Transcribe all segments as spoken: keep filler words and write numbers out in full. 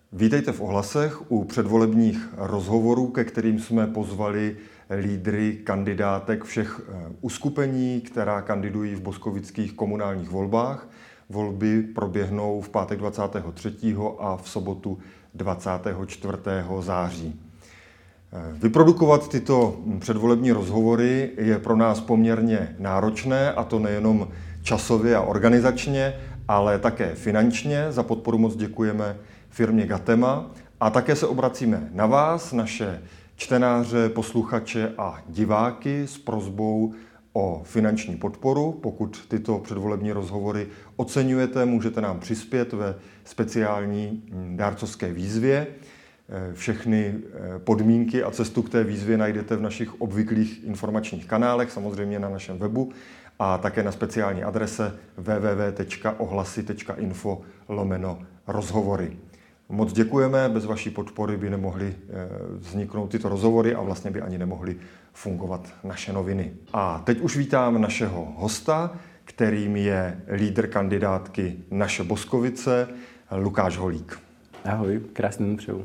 Vítejte v Ohlasech u předvolebních rozhovorů, ke kterým jsme pozvali lídry kandidátek všech uskupení, která kandidují v boskovických komunálních volbách. Volby proběhnou v pátek dvacátého třetího a v sobotu dvacátého čtvrtého září. Vyprodukovat tyto předvolební rozhovory je pro nás poměrně náročné, a to nejenom časově a organizačně, ale také finančně. Za podporu moc děkujeme firmě Gatema a také se obracíme na vás, naše čtenáře, posluchače a diváky s prosbou o finanční podporu. Pokud tyto předvolební rozhovory oceňujete, můžete nám přispět ve speciální dárcovské výzvě. Všechny podmínky a cestu k té výzvě najdete v našich obvyklých informačních kanálech, samozřejmě na našem webu a také na speciální adrese w w w tečka ohlasy tečka info lomeno rozhovory. Moc děkujeme, bez vaší podpory by nemohly vzniknout tyto rozhovory a vlastně by ani nemohly fungovat naše noviny. A teď už vítám našeho hosta, kterým je lídr kandidátky Naše Boskovice, Lukáš Holík. Ahoj, krásný den přeju.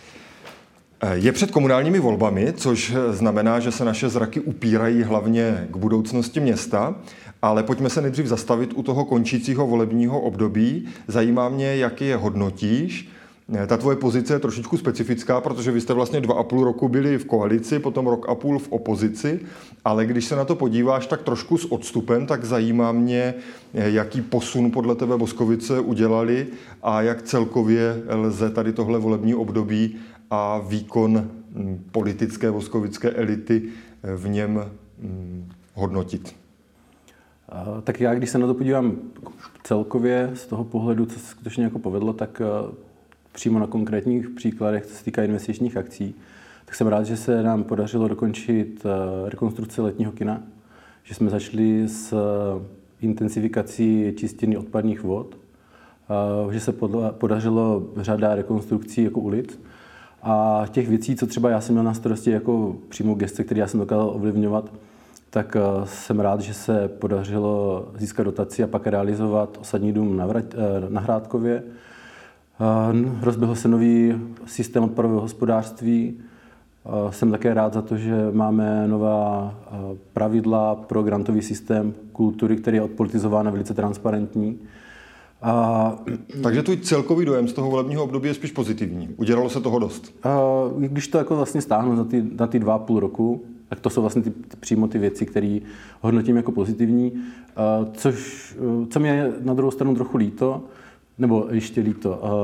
Je před komunálními volbami, což znamená, že se naše zraky upírají hlavně k budoucnosti města, ale pojďme se nejdřív zastavit u toho končícího volebního období. Zajímá mě, jak je hodnotíš. Ta tvoje pozice je trošičku specifická, protože vy jste vlastně dva a půl roku byli v koalici, potom rok a půl v opozici, ale když se na to podíváš tak trošku s odstupem, tak zajímá mě, jaký posun podle tebe Boskovice udělali a jak celkově lze tady tohle volební období a výkon politické boskovické elity v něm hodnotit. Tak já, když se na to podívám celkově z toho pohledu, co se skutečně jako povedlo, tak přímo na konkrétních příkladech, co se týká investičních akcí, tak jsem rád, že se nám podařilo dokončit rekonstrukci letního kina, že jsme začali s intenzifikací čistiny odpadních vod, že se podařilo řada rekonstrukcí jako ulic. A těch věcí, co třeba já jsem měl na starosti jako přímo gestce, které já jsem dokázal ovlivňovat, tak jsem rád, že se podařilo získat dotaci a pak realizovat osadní dům na, Vrať, na Hrádkově. Rozběhl se nový systém odpadového hospodářství. Jsem také rád za to, že máme nová pravidla pro grantový systém kultury, který je odpolitizován a velice transparentní. A, Takže tvůj celkový dojem z toho volebního období je spíš pozitivní. Udělalo se toho dost? A, když to jako vlastně stáhnu na ty, na ty dva a půl roku, tak to jsou vlastně ty, přímo ty věci, které hodnotím jako pozitivní. A, což, co mě je na druhou stranu trochu líto, nebo ještě líto. A,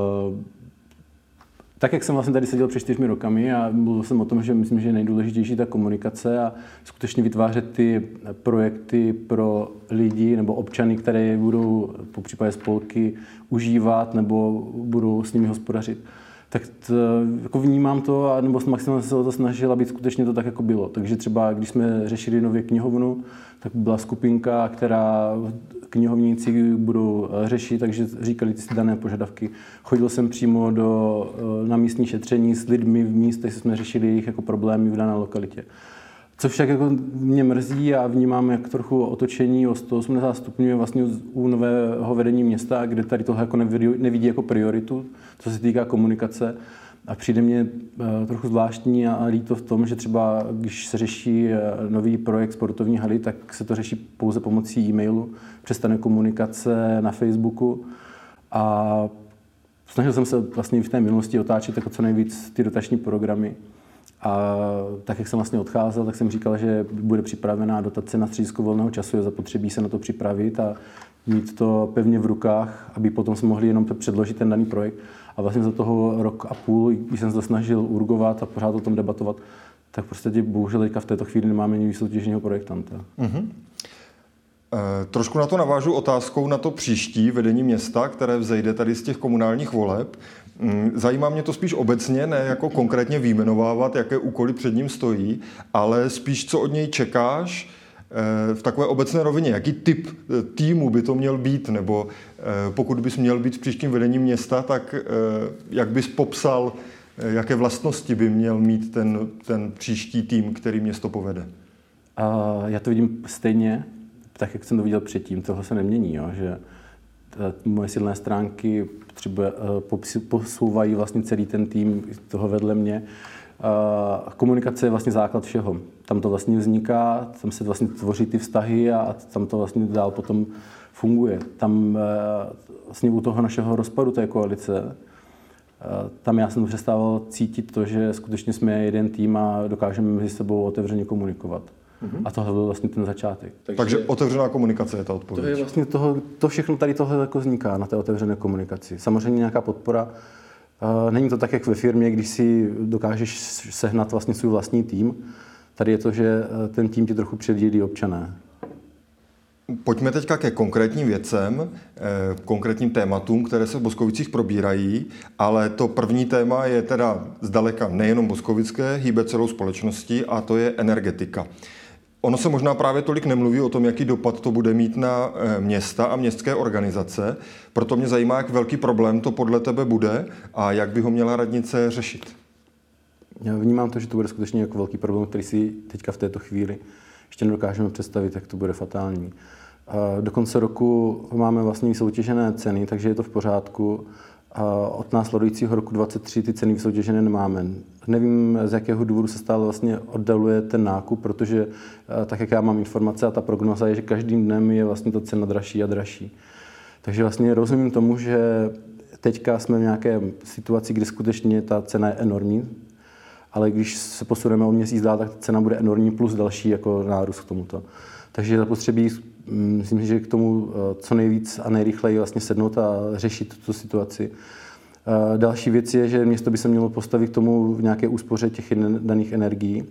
tak, jak jsem vlastně tady seděl před čtyřmi rokami a mluvil jsem o tom, že myslím, že je nejdůležitější ta komunikace a skutečně vytvářet ty projekty pro lidi nebo občany, které budou po případě spolky užívat nebo budou s nimi hospodařit. Tak to, jako vnímám to, a nebo maximálně se o to snažil, aby skutečně to tak jako bylo. Takže třeba, když jsme řešili nově knihovnu, tak byla skupinka, která knihovníci budou řešit, takže říkali ty dané požadavky. Chodil jsem přímo do, na místní šetření s lidmi v místech, jsme řešili jejich jako problémy v dané lokalitě. Co však jako mě mrzí a vnímám jak trochu otočení o sto osmdesát stupňů je vlastně u nového vedení města, kde tady tohle jako nevidí, nevidí jako prioritu, co se týká komunikace. A přijde mně trochu zvláštní a líto v tom, že třeba když se řeší nový projekt sportovní haly, tak se to řeší pouze pomocí e-mailu, přestane komunikace na Facebooku. A snažil jsem se vlastně v té minulosti otáčet jako co nejvíc ty dotační programy. A tak, jak jsem vlastně odcházel, tak jsem říkal, že bude připravená dotace na středisko volného času, je zapotřebí se na to připravit a mít to pevně v rukách, aby potom jsme mohli jenom předložit ten daný projekt. A vlastně za toho rok a půl, když jsem se to snažil urgovat a pořád o tom debatovat, tak prostě bohužel teďka v této chvíli nemáme ani vysoutěženého projektanta. Mm-hmm. E, trošku na to navážu otázkou na to příští vedení města, které vzejde tady z těch komunálních voleb. Zajímá mě to spíš obecně, ne jako konkrétně vyjmenovávat, jaké úkoly před ním stojí, ale spíš, co od něj čekáš v takové obecné rovině. Jaký typ týmu by to měl být, nebo pokud bys měl být v příštím vedení města, tak jak bys popsal, jaké vlastnosti by měl mít ten, ten příští tým, který město povede? A já to vidím stejně, tak jak jsem to viděl předtím, toho se nemění, jo, že moje silné stránky třeba posouvají vlastně celý ten tým toho vedle mě. Komunikace je vlastně základ všeho. Tam to vlastně vzniká, tam se vlastně tvoří ty vztahy a tam to vlastně dál potom funguje. Tam vlastně u toho našeho rozpadu té koalice, tam já jsem přestával cítit to, že skutečně jsme jeden tým a dokážeme mezi sebou otevřeně komunikovat. Mm-hmm. A tohle byl vlastně ten začátek. Takže, Takže otevřená komunikace je ta odpověď. To je vlastně toho, to všechno tady tohle jako vzniká na té otevřené komunikaci. Samozřejmě nějaká podpora. Není to tak, jak ve firmě, když si dokážeš sehnat vlastně svůj vlastní tým. Tady je to, že ten tým ti trochu předjídí občané. Pojďme teďka ke konkrétním věcem, konkrétním tématům, které se v Boskovicích probírají, ale to první téma je teda zdaleka nejenom boskovické, hýbe celou společností a to je energetika. Ono se možná právě tolik nemluví o tom, jaký dopad to bude mít na města a městské organizace, proto mě zajímá, jak velký problém to podle tebe bude a jak by ho měla radnice řešit. Já vnímám to, že to bude skutečně jako velký problém, který si teďka v této chvíli ještě nedokážeme představit, jak to bude fatální. Do konce roku máme vlastně vysoutěžené ceny, takže je to v pořádku. Od následujícího roku dvacet tři ty ceny vysoutěžené nemáme. Nevím, z jakého důvodu se stále vlastně oddaluje ten nákup, protože tak, jak já mám informace a ta prognoza je, že každým dnem je vlastně ta cena dražší a dražší. Takže vlastně rozumím tomu, že teďka jsme v nějaké situaci, kdy skutečně ta cena je enormní, ale když se posuneme o měsíc dál, tak ta cena bude enormní plus další jako nárůst k tomuto. Takže zapotřebí, myslím, že k tomu co nejvíc a nejrychleji vlastně sednout a řešit tuto situaci. Další věc je, že město by se mělo postavit k tomu v nějaké úspoře těch daných energií.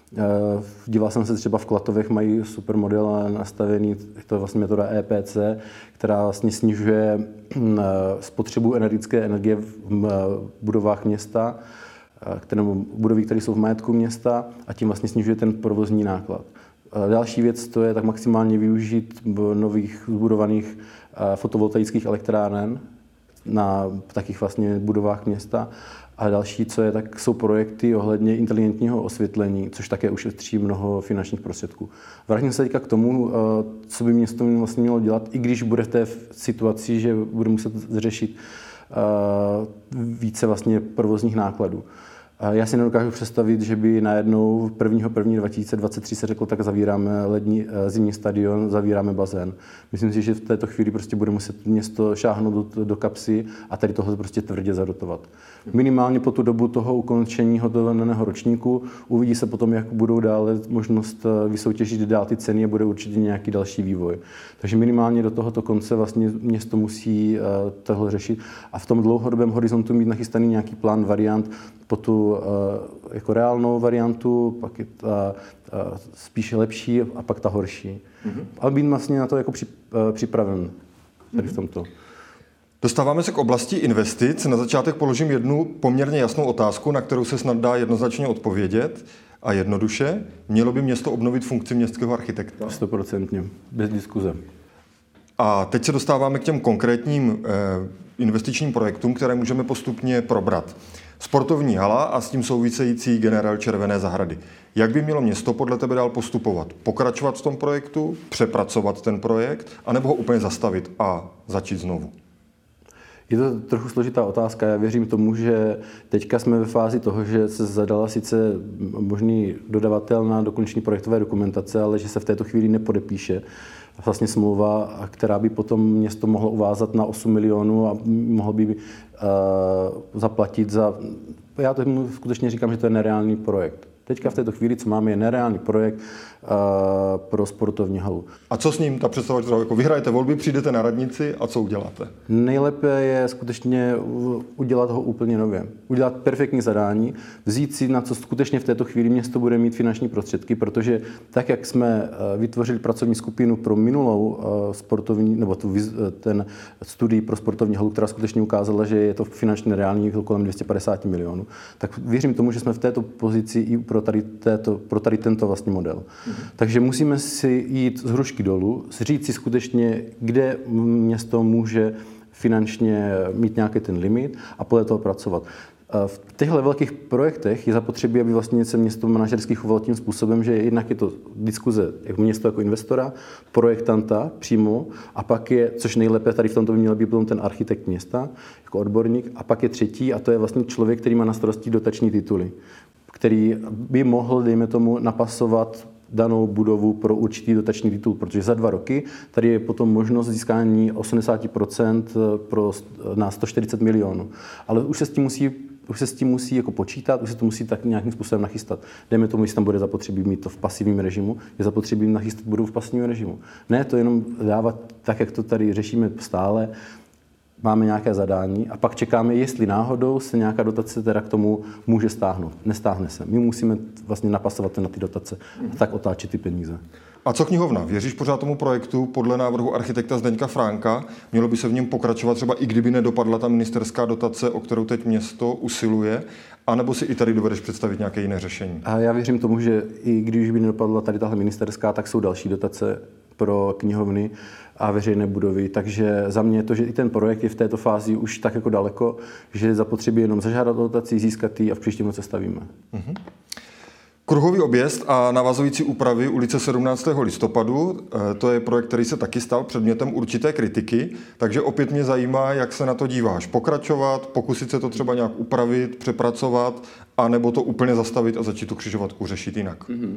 Díval jsem se třeba v Klatovech, mají super model nastavený, to je vlastně metoda E P C, která vlastně snižuje spotřebu energetické energie v budovách města, které, budovy, které jsou v majetku města, a tím vlastně snižuje ten provozní náklad. Další věc to je tak maximálně využít nových zbudovaných fotovoltaických elektráren na takých vlastně budovách města. A další, co je, tak jsou projekty ohledně inteligentního osvětlení, což také ušetří mnoho finančních prostředků. Vrátím se teďka k tomu, co by město vlastně mělo dělat, i když bude v té situaci, že bude muset řešit více vlastně provozních nákladů. Já si nedokážu představit, že by najednou prvního prvního dva tisíce dvacet tři se řeklo, tak zavíráme lední, zimní stadion, zavíráme bazén. Myslím si, že v této chvíli prostě bude muset město šáhnout do, do kapsy a tady toho prostě tvrdě zadotovat. Minimálně po tu dobu toho ukončení daného ročníku uvidí se potom, jak budou dále možnost vysoutěžit dál ty ceny a bude určitě nějaký další vývoj. Takže minimálně do tohoto konce vlastně město musí tohle řešit a v tom dlouhodobém horizontu mít nachystaný nějaký plán variant po tu jako reálnou variantu, pak je ta spíše lepší a pak ta horší. Mm-hmm. Ale být vlastně na to jako připraven tady v tomto. Dostáváme se k oblasti investic. Na začátek položím jednu poměrně jasnou otázku, na kterou se snad dá jednoznačně odpovědět a jednoduše. Mělo by město obnovit funkci městského architekta? Stoprocentně, bez diskuze. A teď se dostáváme k těm konkrétním eh, investičním projektům, které můžeme postupně probrat. Sportovní hala a s tím související generál Červené zahrady. Jak by mělo město podle tebe dál postupovat? Pokračovat v tom projektu, přepracovat ten projekt, anebo ho úplně zastavit a začít znovu? Je to trochu složitá otázka. Já věřím tomu, že teďka jsme ve fázi toho, že se zadala sice možný dodavatel na dokončení projektové dokumentace, ale že se v této chvíli nepodepíše vlastně smlouva, která by potom město mohlo uvázat na osm milionů a mohlo by uh, zaplatit za... Já tomu skutečně říkám, že to je nereálný projekt. Teďka v této chvíli, co máme, je nereálný projekt uh, pro sportovní halu. A co s ním? Ta představa, že jako vyhrajete volby, přijdete na radnici a co uděláte? Nejlépe je skutečně udělat ho úplně nově. Udělat perfektní zadání, vzít si, na co skutečně v této chvíli město bude mít finanční prostředky, protože tak, jak jsme vytvořili pracovní skupinu pro minulou sportovní, nebo tu, ten studii pro sportovní halu, která skutečně ukázala, že je to finančně reálný kolem dvě stě padesát milionů, tak věřím tomu, že jsme v této pozici i pro tady, této, pro tady tento vlastně model. Mm-hmm. Takže musíme si jít z hrušky dolů, říct si skutečně, kde město může finančně mít nějaký ten limit a podle toho pracovat. V těchto velkých projektech je zapotřebí, aby vlastně se město manažersky chovalo tím způsobem, že jednak je to diskuze jako město jako investora, projektanta přímo a pak je, což nejlépe tady v tomto by měl být potom ten architekt města jako odborník a pak je třetí a to je vlastně člověk, který má na starosti dotační tituly, který by mohl, dejme tomu, napasovat danou budovu pro určitý dotační titul, protože za dva roky tady je potom možnost získání osmdesát procent pro, na sto čtyřicet milionů. Ale už se s tím musí už se s tím musí jako počítat, už se to musí tak nějakým způsobem nachystat. Dejme tomu, jestli tam bude zapotřebí mít to v pasivním režimu, je zapotřebí nachystat budovu v pasivním režimu. Ne to jenom dávat tak, jak to tady řešíme stále, máme nějaké zadání a pak čekáme, jestli náhodou se nějaká dotace teda k tomu může stáhnout. Nestáhne se. My musíme vlastně napasovat na ty dotace a tak otáčet ty peníze. A co knihovna? Věříš pořád tomu projektu podle návrhu architekta Zdeňka Fránka? Mělo by se v něm pokračovat třeba i kdyby nedopadla ta ministerská dotace, o kterou teď město usiluje? A nebo si i tady dovedeš představit nějaké jiné řešení? A já věřím tomu, že i když by nedopadla tady tahle ministerská, tak jsou další dotace pro knihovny a veřejné budovy. Takže za mě je to, že i ten projekt je v této fázi už tak jako daleko, že zapotřebí jenom zažádat dotaci, získat ji a v příštím roce stavíme. Mm-hmm. Kruhový obězd a navazující úpravy ulice sedmnáctého listopadu, to je projekt, který se taky stal předmětem určité kritiky, takže opět mě zajímá, jak se na to díváš. Pokračovat, pokusit se to třeba nějak upravit, přepracovat, anebo to úplně zastavit a začít tu křižovatku řešit jinak. Mm-hmm.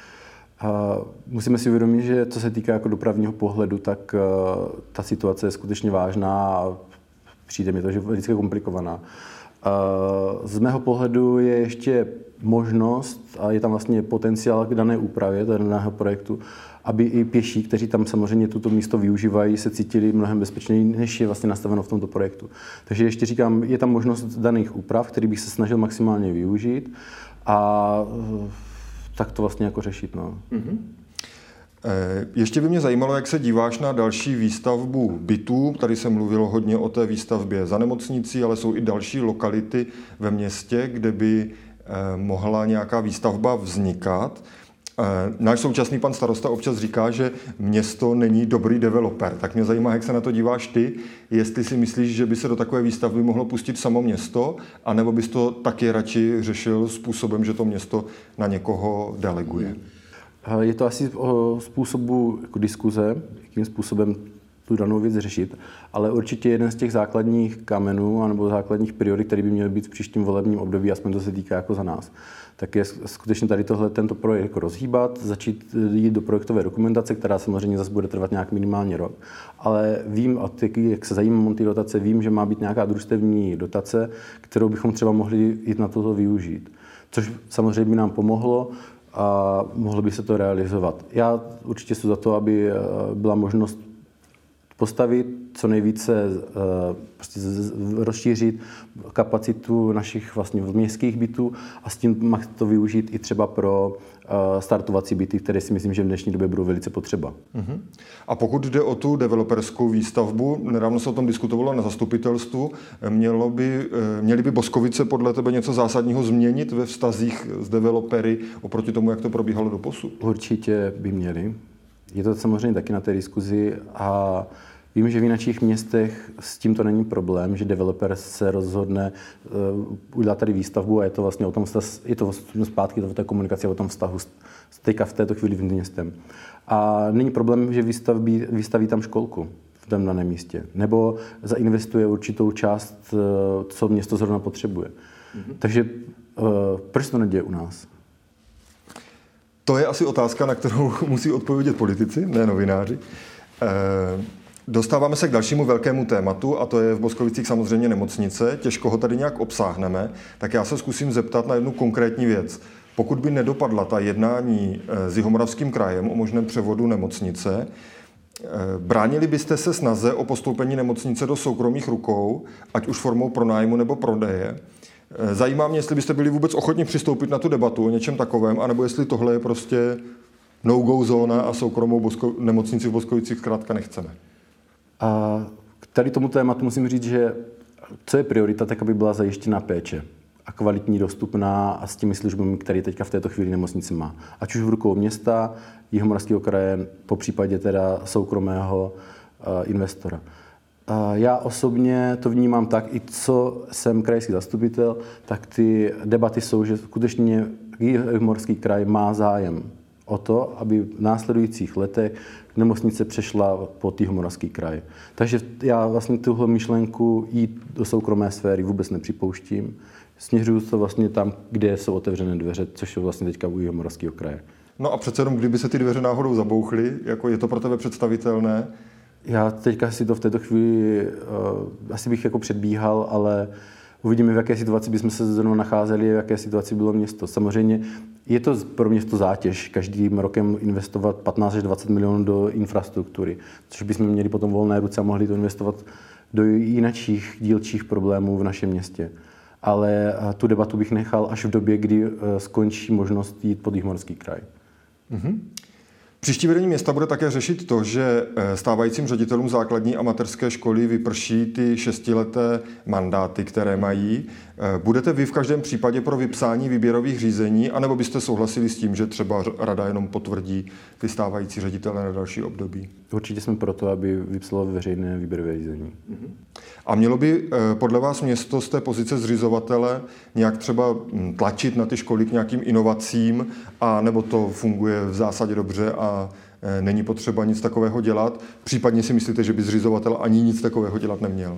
A musíme si uvědomit, že co se týká jako dopravního pohledu, tak uh, ta situace je skutečně vážná a přijde mi to, že je vždycky komplikovaná. Uh, z mého pohledu je ještě možnost a je tam vlastně potenciál k dané úpravě daného projektu, aby i pěší, kteří tam samozřejmě toto místo využívají, se cítili mnohem bezpečněji, než je vlastně nastaveno v tomto projektu. Takže ještě říkám, je tam možnost daných úprav, který bych se snažil maximálně využít a uh, tak to vlastně jako řešit. No. Mm-hmm. Ještě by mě zajímalo, jak se díváš na další výstavbu bytů. Tady se mluvilo hodně o té výstavbě za nemocnicí, ale jsou i další lokality ve městě, kde by mohla nějaká výstavba vznikat. Náš současný pan starosta občas říká, že město není dobrý developer. Tak mě zajímá, jak se na to díváš ty, jestli si myslíš, že by se do takové výstavby mohlo pustit samo město, anebo bys to taky radši řešil způsobem, že to město na někoho deleguje. Je to asi o způsobu jako diskuze, jakým způsobem tu danou věc řešit, ale určitě jeden z těch základních kamenů anebo základních priorit, který by měl být v příštím volebním období, aspoň to se týká jako za nás, tak je skutečně tady tohle, tento projekt jako rozhýbat, začít jít do projektové dokumentace, která samozřejmě zase bude trvat nějak minimálně rok. Ale vím, jak se zajímám o ty dotace, vím, že má být nějaká družstevní dotace, kterou bychom třeba mohli jít na toto využít. Což samozřejmě by nám pomohlo a mohlo by se to realizovat. Já určitě jsem za to, aby byla možnost postavit co nejvíce, prostě rozšířit kapacitu našich vlastně městských bytů a s tím to využít i třeba pro startovací byty, které si myslím, že v dnešní době budou velice potřeba. Uh-huh. A pokud jde o tu developerskou výstavbu, nedávno se o tom diskutovalo na zastupitelstvu, mělo by, měly by Boskovice podle tebe něco zásadního změnit ve vztazích s developery oproti tomu, jak to probíhalo doposud? Určitě by měly. Je to samozřejmě taky na té diskuzi a vím, že v jiných městech s tím to není problém, že developer se rozhodne uh, udělat tady výstavbu a je to vlastně o tom, je to zpátky to o té komunikaci, o tom vztahu teďka v této chvíli v městem. A není problém, že vystaví, vystaví tam školku v tom daném místě, nebo zainvestuje určitou část, uh, co město zrovna potřebuje. Mm-hmm. Takže uh, proč to neděje u nás? To je asi otázka, na kterou musí odpovědět politici, ne novináři. Uh, Dostáváme se k dalšímu velkému tématu a to je v Boskovicích samozřejmě nemocnice. Těžko ho tady nějak obsáhneme, tak já se zkusím zeptat na jednu konkrétní věc. Pokud by nedopadla ta jednání s Jihomoravským krajem o možném převodu nemocnice, bránili byste se snaze o postoupení nemocnice do soukromých rukou, ať už formou pronájmu nebo prodeje? Zajímá mě, jestli byste byli vůbec ochotni přistoupit na tu debatu o něčem takovém, anebo jestli tohle je prostě no-go zóna a soukromou Bosko- nemocnici v Boskovicích zkrátka nechceme. A k tady tomu tématu musím říct, že co je priorita, tak aby byla zajištěná péče a kvalitní, dostupná a s těmi službami, které teďka v této chvíli nemocnice má. Ať už v rukou města, Jihomoravského kraje, po případě teda soukromého uh, investora. Já osobně to vnímám tak, i co jsem krajský zastupitel, tak ty debaty jsou, že skutečně Jihomoravský kraj má zájem o to, aby v následujících letech nemocnice přešla pod Jihomoravský kraj. Takže já vlastně tuhle myšlenku jít do soukromé sféry vůbec nepřipouštím. Směřuju to vlastně tam, kde jsou otevřené dveře, což je vlastně teďka u Jihomoravského kraje. No a přece jenom, kdyby se ty dveře náhodou zabouchly, jako je to pro tebe představitelné? Já teďka si to v této chvíli uh, asi bych jako předbíhal, ale uvidíme, v jaké situaci bychom se zrovna nacházeli, v jaké situaci bylo město. Samozřejmě je to pro město zátěž každým rokem investovat patnáct až dvacet milionů do infrastruktury, což bychom měli potom volné ruce a mohli to investovat do jinakších dílčích problémů v našem městě. Ale uh, tu debatu bych nechal až v době, kdy uh, skončí možnost jít pod Jihomoravský kraj. Mm-hmm. Příští vedení města bude také řešit to, že stávajícím ředitelům základní a mateřské školy vyprší ty šestileté mandáty, které mají. Budete vy v každém případě pro vypsání výběrových řízení, anebo byste souhlasili s tím, že třeba rada jenom potvrdí ty stávající ředitele na další období? Určitě jsme proto, aby vypsalo veřejné výběrové řízení. A mělo by podle vás město z té pozice zřizovatele nějak třeba tlačit na ty školy k nějakým inovacím, a nebo to funguje v zásadě dobře a není potřeba nic takového dělat? Případně si myslíte, že by zřizovatel ani nic takového dělat neměl?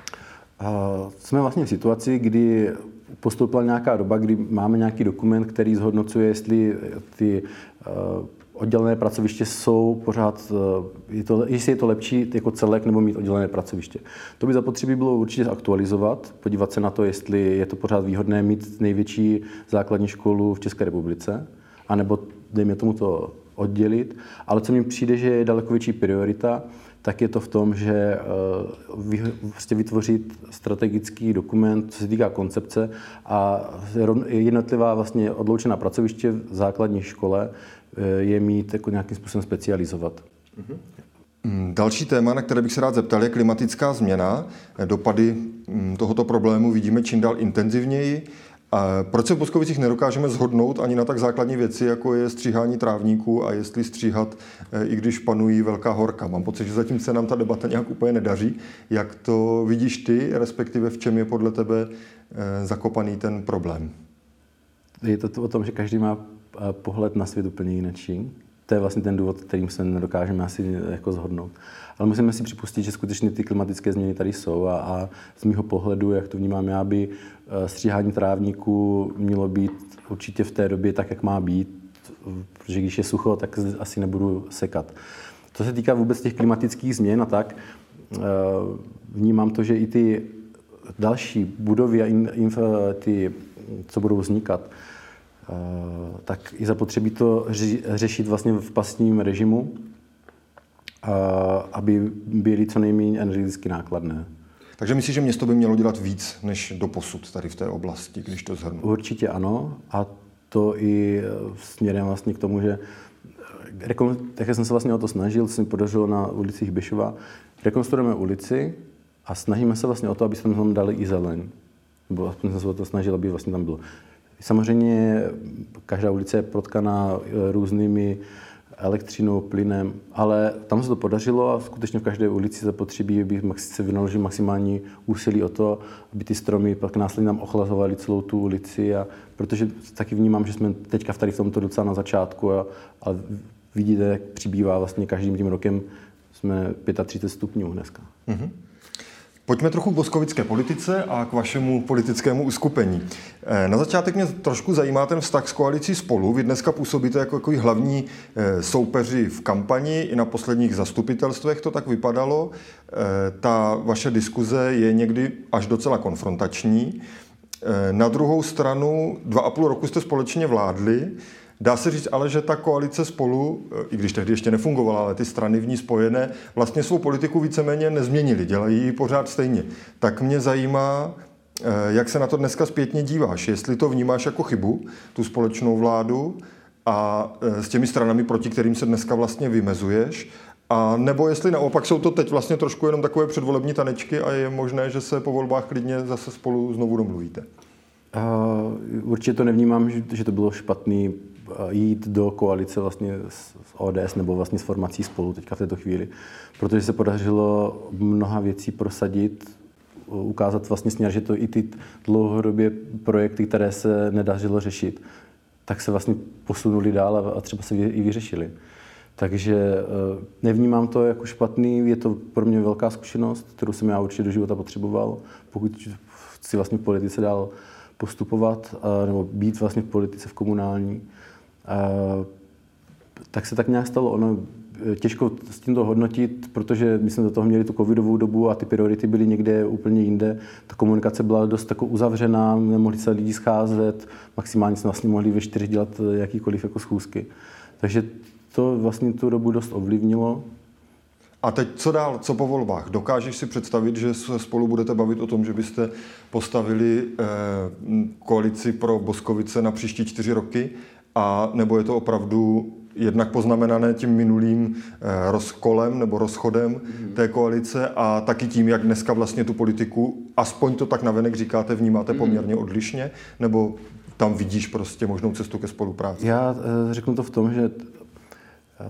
Jsme vlastně v situaci, kdy postoupila nějaká doba, kdy máme nějaký dokument, který zhodnocuje, jestli ty oddělené pracoviště jsou pořád, je to, jestli je to lepší jako celek nebo mít oddělené pracoviště. To by zapotřebí bylo určitě aktualizovat, podívat se na to, jestli je to pořád výhodné mít největší základní školu v České republice, anebo dejme tomu to oddělit. Ale co mi přijde, že je daleko větší priorita, tak je to v tom, že vlastně vytvořit strategický dokument, co se týká koncepce, a jednotlivá vlastně odloučená pracoviště v základní škole je mít jako nějakým způsobem specializovat. Další téma, na které bych se rád zeptal, je klimatická změna. Dopady tohoto problému vidíme čím dál intenzivněji. A proč se v Boskovicích nedokážeme shodnout ani na tak základní věci, jako je stříhání trávníků a jestli stříhat, i když panují velká horka? Mám pocit, že zatím se nám ta debata nějak úplně nedaří. Jak to vidíš ty, respektive v čem je podle tebe zakopaný ten problém? Je to o tom, že každý má pohled na svět úplně jiný. To je vlastně ten důvod, kterým se nedokážeme asi jako shodnout. Ale musíme si připustit, že skutečně ty klimatické změny tady jsou a, a z mýho pohledu, jak to vnímám já, by stříhání trávníků mělo být určitě v té době tak, jak má být, protože když je sucho, tak asi nebudu sekat. Co se týká vůbec těch klimatických změn a tak, vnímám to, že i ty další budovy a inf, ty, co budou vznikat, tak i zapotřebí to řešit vlastně v pasivním režimu, aby byly co nejméně energeticky nákladné. Takže myslíš, že město by mělo dělat víc než doposud tady v té oblasti, když to shrnu? Určitě ano, a to i směrem vlastně k tomu, že tak jsem se vlastně o to snažil, co se mi podařilo na ulici Hbišova. Rekonstruujeme ulici a snažíme se vlastně o to, aby jsme tam dali i zeleň. Nebo aspoň jsem se o to snažil, aby vlastně tam bylo. Samozřejmě každá ulice je protkaná různými elektřinou, plynem, ale tam se to podařilo a skutečně v každé ulici zapotřebí, aby se vynaložil maximální úsilí o to, aby ty stromy pak následně nám ochlazovaly celou tu ulici, a protože taky vnímám, že jsme teďka tady v tomto docela na začátku a, a vidíte, jak přibývá vlastně každým tím rokem, jsme třicet pět stupňů dneska. Mm-hmm. Pojďme trochu k boskovické politice a k vašemu politickému uskupení. Na začátek mě trošku zajímá ten vztah s koalicí Spolu. Vy dneska působíte jako takový hlavní soupeři v kampani, i na posledních zastupitelstvech to tak vypadalo. Ta vaše diskuze je někdy až docela konfrontační. Na druhou stranu dva a půl roku jste společně vládli. Dá se říct ale, že ta koalice Spolu, i když tehdy ještě nefungovala, ale ty strany v ní spojené, vlastně svou politiku víceméně nezměnily, dělají ji pořád stejně. Tak mě zajímá, jak se na to dneska zpětně díváš, jestli to vnímáš jako chybu, tu společnou vládu, a s těmi stranami, proti kterým se dneska vlastně vymezuješ, a nebo jestli naopak jsou to teď vlastně trošku jenom takové předvolební tanečky a je možné, že se po volbách klidně zase spolu znovu domluvíte. Uh, určitě to nevnímám, že, že to bylo špatný uh, jít do koalice vlastně s, s O D S nebo vlastně s formací Spolu teďka v této chvíli, protože se podařilo mnoha věcí prosadit, ukázat vlastně směr, že to i ty dlouhodobě projekty, které se nedařilo řešit, tak se vlastně posunuli dál a třeba se i vyřešili. Takže nevnímám to jako špatný, je to pro mě velká zkušenost, kterou jsem já určitě do života potřeboval, pokud chci vlastně v politice dál postupovat nebo být vlastně v politice v komunální. Tak se tak nějak stalo. Ono těžko s tím to hodnotit, protože my jsme do toho měli tu covidovou dobu a ty priority byly někde úplně jinde. Ta komunikace byla dost jako uzavřená, nemohli se lidi scházet, maximálně jsme vlastně mohli ve čtyři dělat jakýkoliv jako schůzky. Takže to vlastně tu dobu dost ovlivnilo. A teď co dál, co po volbách? Dokážeš si představit, že se spolu budete bavit o tom, že byste postavili eh, koalici pro Boskovice na příští čtyři roky? A nebo je to opravdu jednak poznamenané tím minulým eh, rozkolem nebo rozchodem mm. té koalice a taky tím, jak dneska vlastně tu politiku, aspoň to tak navenek říkáte, vnímáte mm. poměrně odlišně? Nebo tam vidíš prostě možnou cestu ke spolupráci? Já eh, řeknu to v tom, že eh,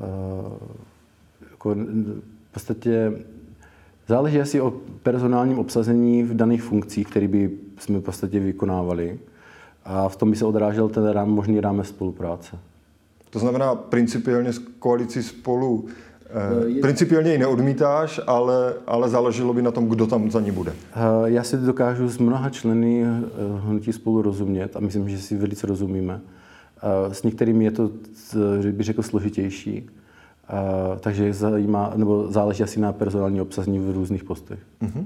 jako, v podstatě záleží asi o personálním obsazení v daných funkcích, které by jsme v podstatě vykonávali. A v tom by se odrážel ten rám, možný rámec spolupráce. To znamená, principiálně s koalicí Spolu, eh, je... principiálně ji neodmítáš, ale, ale záleželo by na tom, kdo tam za ní bude. Já si dokážu s mnoha členy hnutí Spolu rozumět a myslím, že si velice rozumíme. S některými je to, bych řekl, složitější. Uh, takže zajímá, nebo záleží asi na personální obsazení v různých postech. Uh-huh.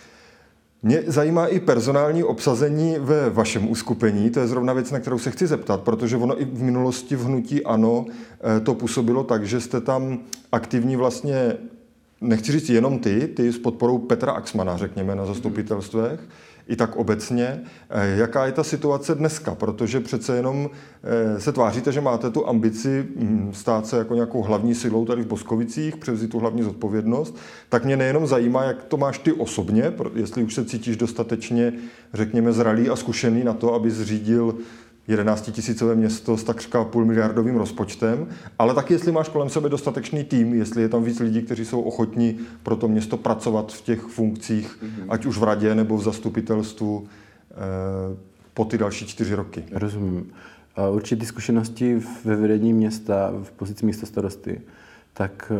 Mě zajímá i personální obsazení ve vašem uskupení. To je zrovna věc, na kterou se chci zeptat, protože ono i v minulosti v hnutí ANO to působilo tak, že jste tam aktivní vlastně, nechci říct jenom ty, ty s podporou Petra Axmana, řekněme, na zastupitelstvech, i tak obecně. Jaká je ta situace dneska? Protože přece jenom se tváříte, že máte tu ambici stát se jako nějakou hlavní silou tady v Boskovicích, převzít tu hlavní zodpovědnost. Tak mě nejenom zajímá, jak to máš ty osobně, jestli už se cítíš dostatečně, řekněme, zralý a zkušený na to, aby zřídil jedenáctitisícové město s takřka půlmiliardovým rozpočtem, ale taky jestli máš kolem sebe dostatečný tým, jestli je tam víc lidí, kteří jsou ochotní pro to město pracovat v těch funkcích, mm-hmm. ať už v radě nebo v zastupitelstvu eh, po ty další čtyři roky. Rozumím. Určitě zkušenosti ve vedení města, v pozici místostarosty, tak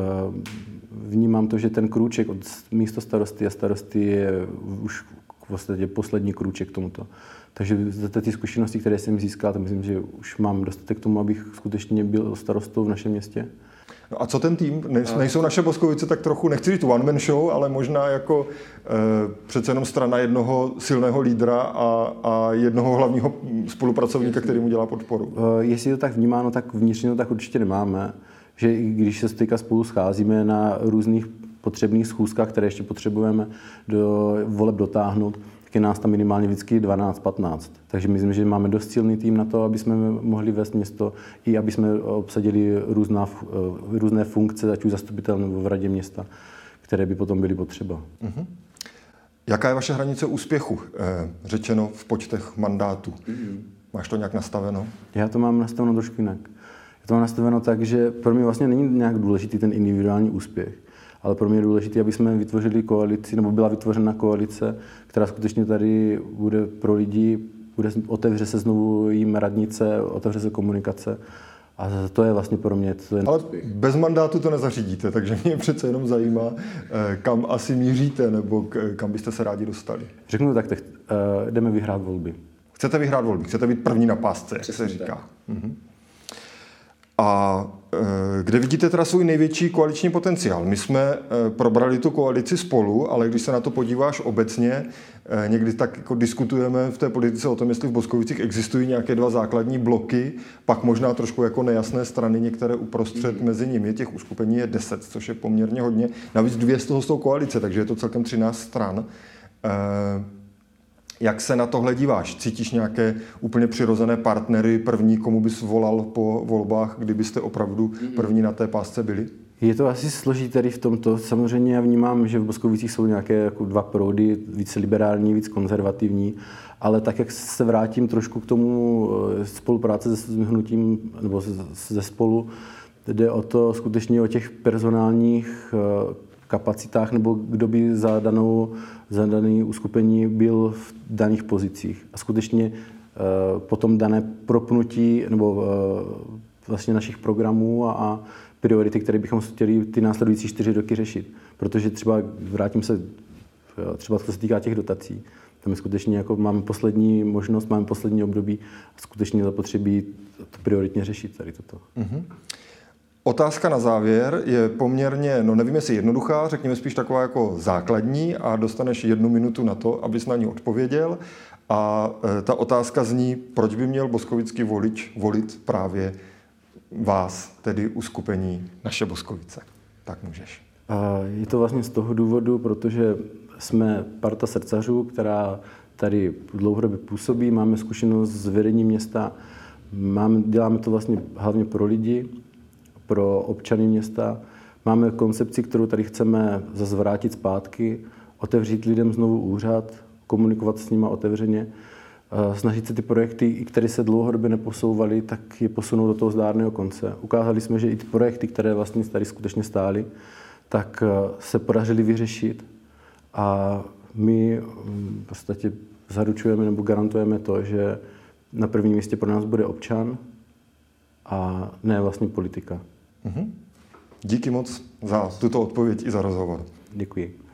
vnímám to, že ten krůček od místostarosty a starosty je už v podstatě poslední krůček k tomuto. Takže za ty zkušenosti, které jsem získal, tak myslím, že už mám dostatek k tomu, abych skutečně byl starostou v našem městě. No a co ten tým? Nejsou naše Boskovice tak trochu, nechci říct one man show, ale možná jako e, přece jenom strana jednoho silného lídra a, a jednoho hlavního spolupracovníka, který mu dělá podporu? E, jestli to tak vnímáno, tak vnitřně to tak určitě nemáme. Že i když se teďka spolu scházíme na různých potřebných schůzkách, které ještě potřebujeme do voleb dotáhnout, tak je nás tam minimálně vždycky dvanáct patnáct. Takže myslím, že máme dost silný tým na to, aby jsme mohli vést město i aby jsme obsadili různá, různé funkce, ať už zastupitel nebo v radě města, které by potom byly potřeba. Uh-huh. Jaká je vaše hranice úspěchu, eh, řečeno v počtech mandátů? Uh-huh. Máš to nějak nastaveno? Já to mám nastaveno trošku jinak. Já to mám nastaveno tak, že pro mě vlastně není nějak důležitý ten individuální úspěch. Ale pro mě je důležité, aby jsme vytvořili koalici, nebo byla vytvořena koalice, která skutečně tady bude pro lidi, bude, otevře se znovu jim radnice, otevře se komunikace. A to je vlastně pro mě... To je ale bez mandátu to nezařídíte, takže mě přece jenom zajímá, kam asi míříte, nebo kam byste se rádi dostali. Řeknu to tak, tak jdeme vyhrát volby. Chcete vyhrát volby, chcete být první na pásce, jak se říká. Mhm. A kde vidíte teda svůj největší koaliční potenciál? My jsme probrali tu koalici Spolu, ale když se na to podíváš obecně, někdy tak jako diskutujeme v té politice o tom, jestli v Boskovicích existují nějaké dva základní bloky, pak možná trošku jako nejasné strany, některé uprostřed, mezi nimi těch uskupení je deset, což je poměrně hodně. Navíc dvě z toho jsou koalice, takže je to celkem třináct stran. Jak se na tohle díváš? Cítíš nějaké úplně přirozené partnery, první, komu bys volal po volbách, kdybyste opravdu první na té pásce byli? Je to asi složitý tady v tomto. Samozřejmě já vnímám, že v Boskovicích jsou nějaké jako dva proudy, víc liberální, víc konzervativní, ale tak, jak se vrátím trošku k tomu spolupráce se hnutím nebo ze spolu, jde o to skutečně o těch personálních kapacitách nebo kdo by za danou, za dané uskupení byl v daných pozicích. A skutečně potom dané propnutí nebo vlastně našich programů a priority, které bychom chtěli ty následující čtyři roky řešit. Protože třeba, vrátím se, třeba co se týká těch dotací, tam je skutečně jako máme poslední možnost, máme poslední období a skutečně zapotřebí to prioritně řešit tady toto. Mm-hmm. Otázka na závěr je poměrně, no nevím, jestli jednoduchá, řekněme spíš taková jako základní a dostaneš jednu minutu na to, abys na ní odpověděl. A e, ta otázka zní, proč by měl boskovický volič volit právě vás, tedy uskupení Naše Boskovice. Tak můžeš. Je to vlastně z toho důvodu, protože jsme parta srdcařů, která tady dlouhodobě působí, máme zkušenost s vedením města, máme, děláme to vlastně hlavně pro lidi, pro občany města. Máme koncepci, kterou tady chceme zase vrátit zpátky, otevřít lidem znovu úřad, komunikovat s nimi otevřeně, snažit se ty projekty, které se dlouhodobě neposouvaly, tak je posunout do toho zdárného konce. Ukázali jsme, že i ty projekty, které vlastně tady skutečně stály, tak se podařily vyřešit a my v podstatě zaručujeme nebo garantujeme to, že na prvním místě pro nás bude občan a ne vlastně politika. Mhm. Díky moc za tuto odpověď i za rozhovor. Děkuji.